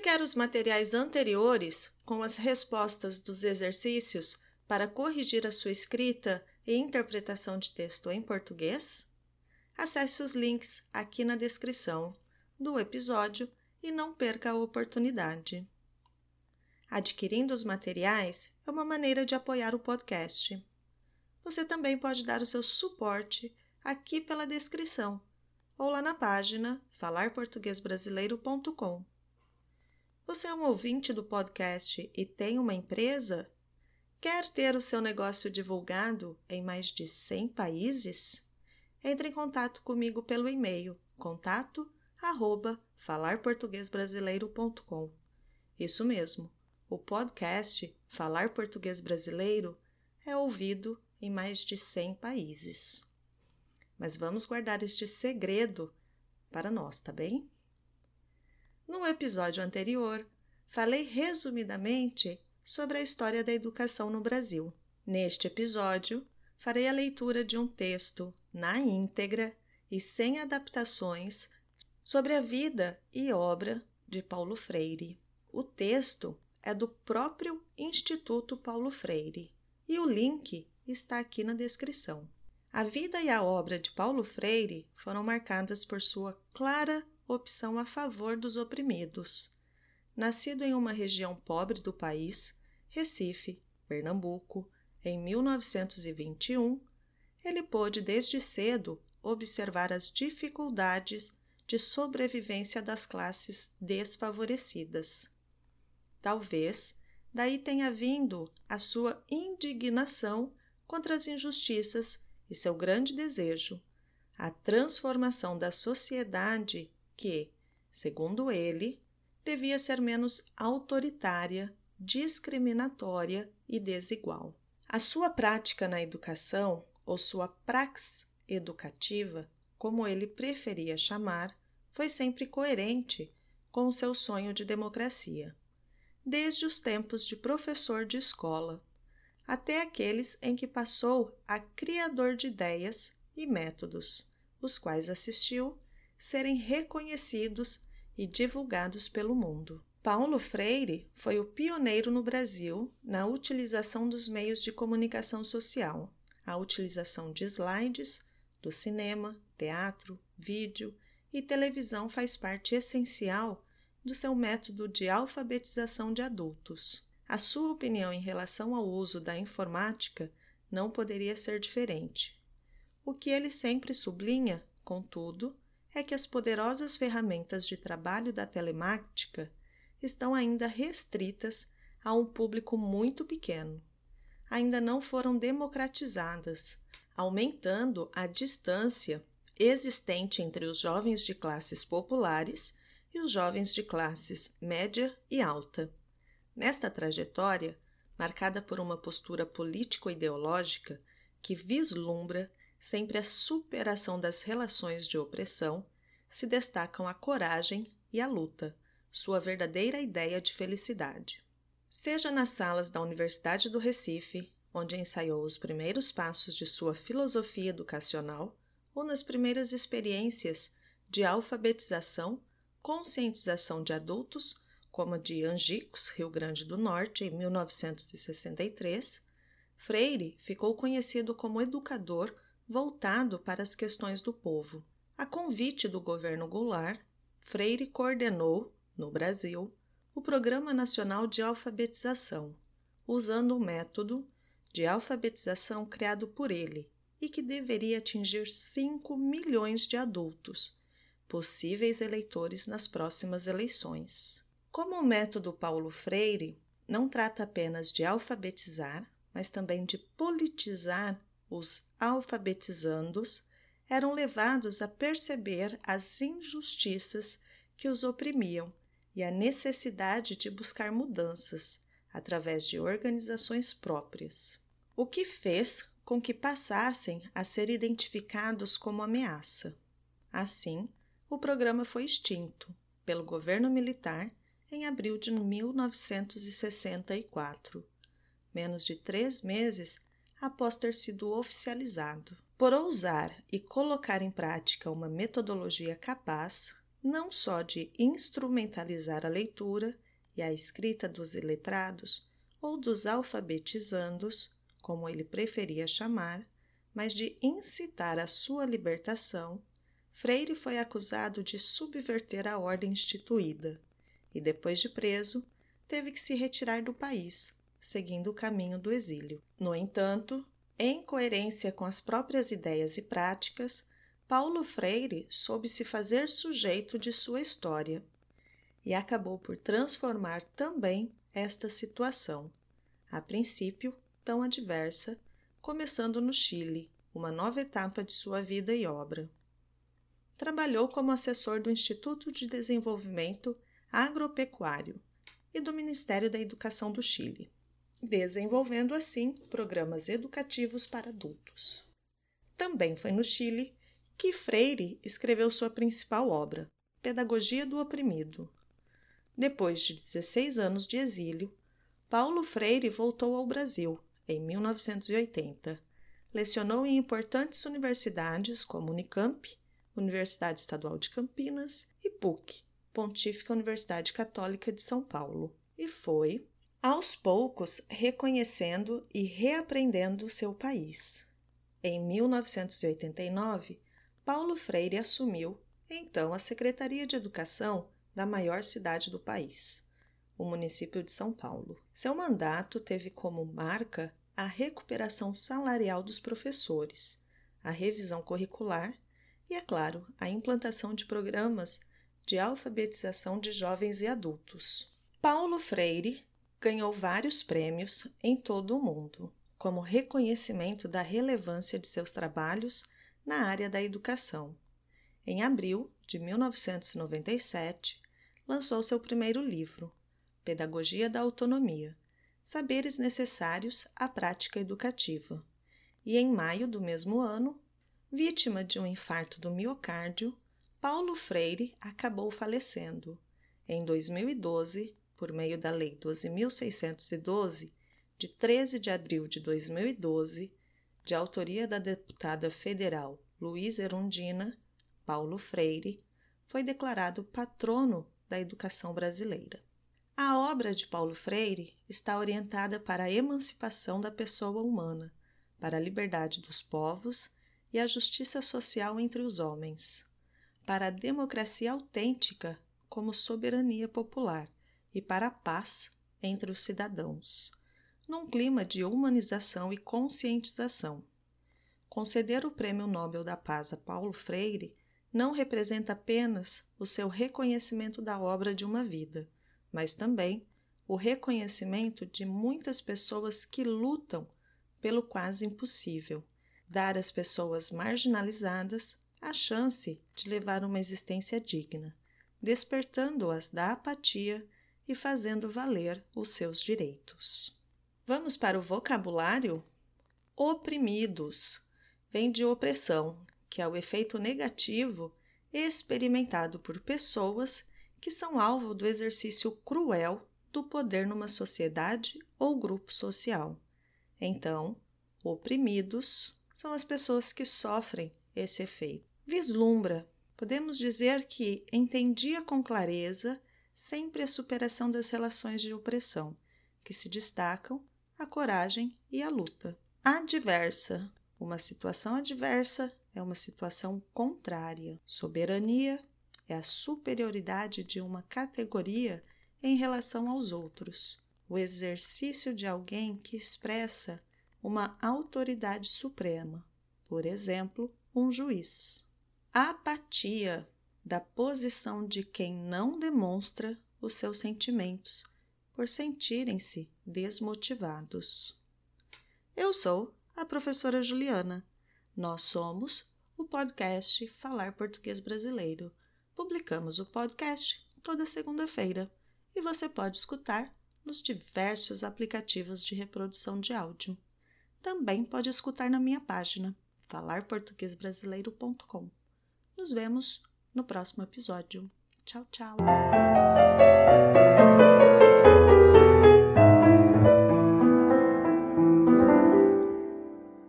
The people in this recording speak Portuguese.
quer os materiais anteriores com as respostas dos exercícios para corrigir a sua escrita e interpretação de texto em português? Acesse os links aqui na descrição do episódio e não perca a oportunidade. Adquirindo os materiais é uma maneira de apoiar o podcast. Você também pode dar o seu suporte aqui pela descrição ou lá na página falarportuguesbrasileiro.com. Você é um ouvinte do podcast e tem uma empresa? Quer ter o seu negócio divulgado em mais de 100 países? Entre em contato comigo pelo e-mail contato@falarportuguesbrasileiro.com. Isso mesmo, o podcast Falar Português Brasileiro é ouvido em mais de 100 países. Mas vamos guardar este segredo para nós, tá bem? No episódio anterior, falei resumidamente sobre a história da educação no Brasil. Neste episódio, farei a leitura de um texto na íntegra e sem adaptações sobre a vida e obra de Paulo Freire. O texto é do próprio Instituto Paulo Freire e o link está aqui na descrição. A vida e a obra de Paulo Freire foram marcadas por sua clara opção a favor dos oprimidos. Nascido em uma região pobre do país, Recife, Pernambuco, em 1921, ele pôde desde cedo observar as dificuldades de sobrevivência das classes desfavorecidas. Talvez daí tenha vindo a sua indignação contra as injustiças e seu grande desejo, a transformação da sociedade que, segundo ele, devia ser menos autoritária, discriminatória e desigual. A sua prática na educação, ou sua praxis educativa, como ele preferia chamar, foi sempre coerente com o seu sonho de democracia, desde os tempos de professor de escola, até aqueles em que passou a criador de ideias e métodos, os quais assistiu serem reconhecidos e divulgados pelo mundo. Paulo Freire foi o pioneiro no Brasil na utilização dos meios de comunicação social, a utilização de slides, do cinema, teatro, vídeo e televisão faz parte essencial do seu método de alfabetização de adultos. A sua opinião em relação ao uso da informática não poderia ser diferente. O que ele sempre sublinha, contudo, é que as poderosas ferramentas de trabalho da telemática estão ainda restritas a um público muito pequeno. Ainda não foram democratizadas, aumentando a distância existente entre os jovens de classes populares e os jovens de classes média e alta. Nesta trajetória, marcada por uma postura político-ideológica que vislumbra sempre a superação das relações de opressão, se destacam a coragem e a luta, sua verdadeira ideia de felicidade. Seja nas salas da Universidade do Recife, onde ensaiou os primeiros passos de sua filosofia educacional, ou nas primeiras experiências de alfabetização, conscientização de adultos, como a de Angicos, Rio Grande do Norte, em 1963, Freire ficou conhecido como educador voltado para as questões do povo. A convite do governo Goulart, Freire coordenou, no Brasil, o Programa Nacional de Alfabetização, usando o método de alfabetização criado por ele e que deveria atingir 5 milhões de adultos, possíveis eleitores nas próximas eleições. Como o método Paulo Freire não trata apenas de alfabetizar, mas também de politizar os alfabetizandos, eram levados a perceber as injustiças que os oprimiam e a necessidade de buscar mudanças através de organizações próprias, o que fez com que passassem a ser identificados como ameaça. Assim, o programa foi extinto pelo governo militar em abril de 1964, menos de 3 meses após ter sido oficializado. Por ousar e colocar em prática uma metodologia capaz, não só de instrumentalizar a leitura e a escrita dos iletrados ou dos alfabetizandos, como ele preferia chamar, mas de incitar a sua libertação, Freire foi acusado de subverter a ordem instituída e, depois de preso, teve que se retirar do país, seguindo o caminho do exílio. No entanto, em coerência com as próprias ideias e práticas, Paulo Freire soube se fazer sujeito de sua história e acabou por transformar também esta situação, a princípio tão adversa, começando no Chile, uma nova etapa de sua vida e obra. Trabalhou como assessor do Instituto de Desenvolvimento Agropecuário e do Ministério da Educação do Chile, desenvolvendo assim programas educativos para adultos. Também foi no Chile que Freire escreveu sua principal obra, Pedagogia do Oprimido. Depois de 16 anos de exílio, Paulo Freire voltou ao Brasil, em 1980. Lecionou em importantes universidades como Unicamp, Universidade Estadual de Campinas e PUC, Pontífica Universidade Católica de São Paulo, e foi, aos poucos, reconhecendo e reaprendendo seu país. Em 1989, Paulo Freire assumiu, então, a Secretaria de Educação da maior cidade do país, o município de São Paulo. Seu mandato teve como marca a recuperação salarial dos professores, a revisão curricular e, é claro, a implantação de programas de alfabetização de jovens e adultos. Paulo Freire ganhou vários prêmios em todo o mundo, como reconhecimento da relevância de seus trabalhos na área da educação. Em abril de 1997, lançou seu primeiro livro, Pedagogia da Autonomia, Saberes Necessários à Prática Educativa. E em maio do mesmo ano, vítima de um infarto do miocárdio, Paulo Freire acabou falecendo, em 2012, por meio da Lei 12.612, de 13 de abril de 2012, de autoria da deputada federal Luísa Erundina, Paulo Freire foi declarado patrono da educação brasileira. A obra de Paulo Freire está orientada para a emancipação da pessoa humana, para a liberdade dos povos e a justiça social entre os homens, para a democracia autêntica como soberania popular e para a paz entre os cidadãos, num clima de humanização e conscientização. Conceder o Prêmio Nobel da Paz a Paulo Freire não representa apenas o seu reconhecimento da obra de uma vida, mas também o reconhecimento de muitas pessoas que lutam pelo quase impossível, dar às pessoas marginalizadas a chance de levar uma existência digna, despertando-as da apatia e fazendo valer os seus direitos. Vamos para o vocabulário? Oprimidos vem de opressão, que é o efeito negativo experimentado por pessoas que são alvo do exercício cruel do poder numa sociedade ou grupo social. Então, oprimidos são as pessoas que sofrem esse efeito. Vislumbra, podemos dizer que entendia com clareza sempre a superação das relações de opressão, que se destacam a coragem e a luta. Adversa, uma situação adversa é uma situação contrária. Soberania é a superioridade de uma categoria em relação aos outros, o exercício de alguém que expressa uma autoridade suprema, por exemplo, um juiz. Apatia, da posição de quem não demonstra os seus sentimentos, por sentirem-se desmotivados. Eu sou a professora Juliana. Nós somos o podcast Falar Português Brasileiro. Publicamos o podcast toda segunda-feira e você pode escutar nos diversos aplicativos de reprodução de áudio. Também pode escutar na minha página, falarportuguesbrasileiro.com. Nos vemos no próximo episódio. Tchau, tchau!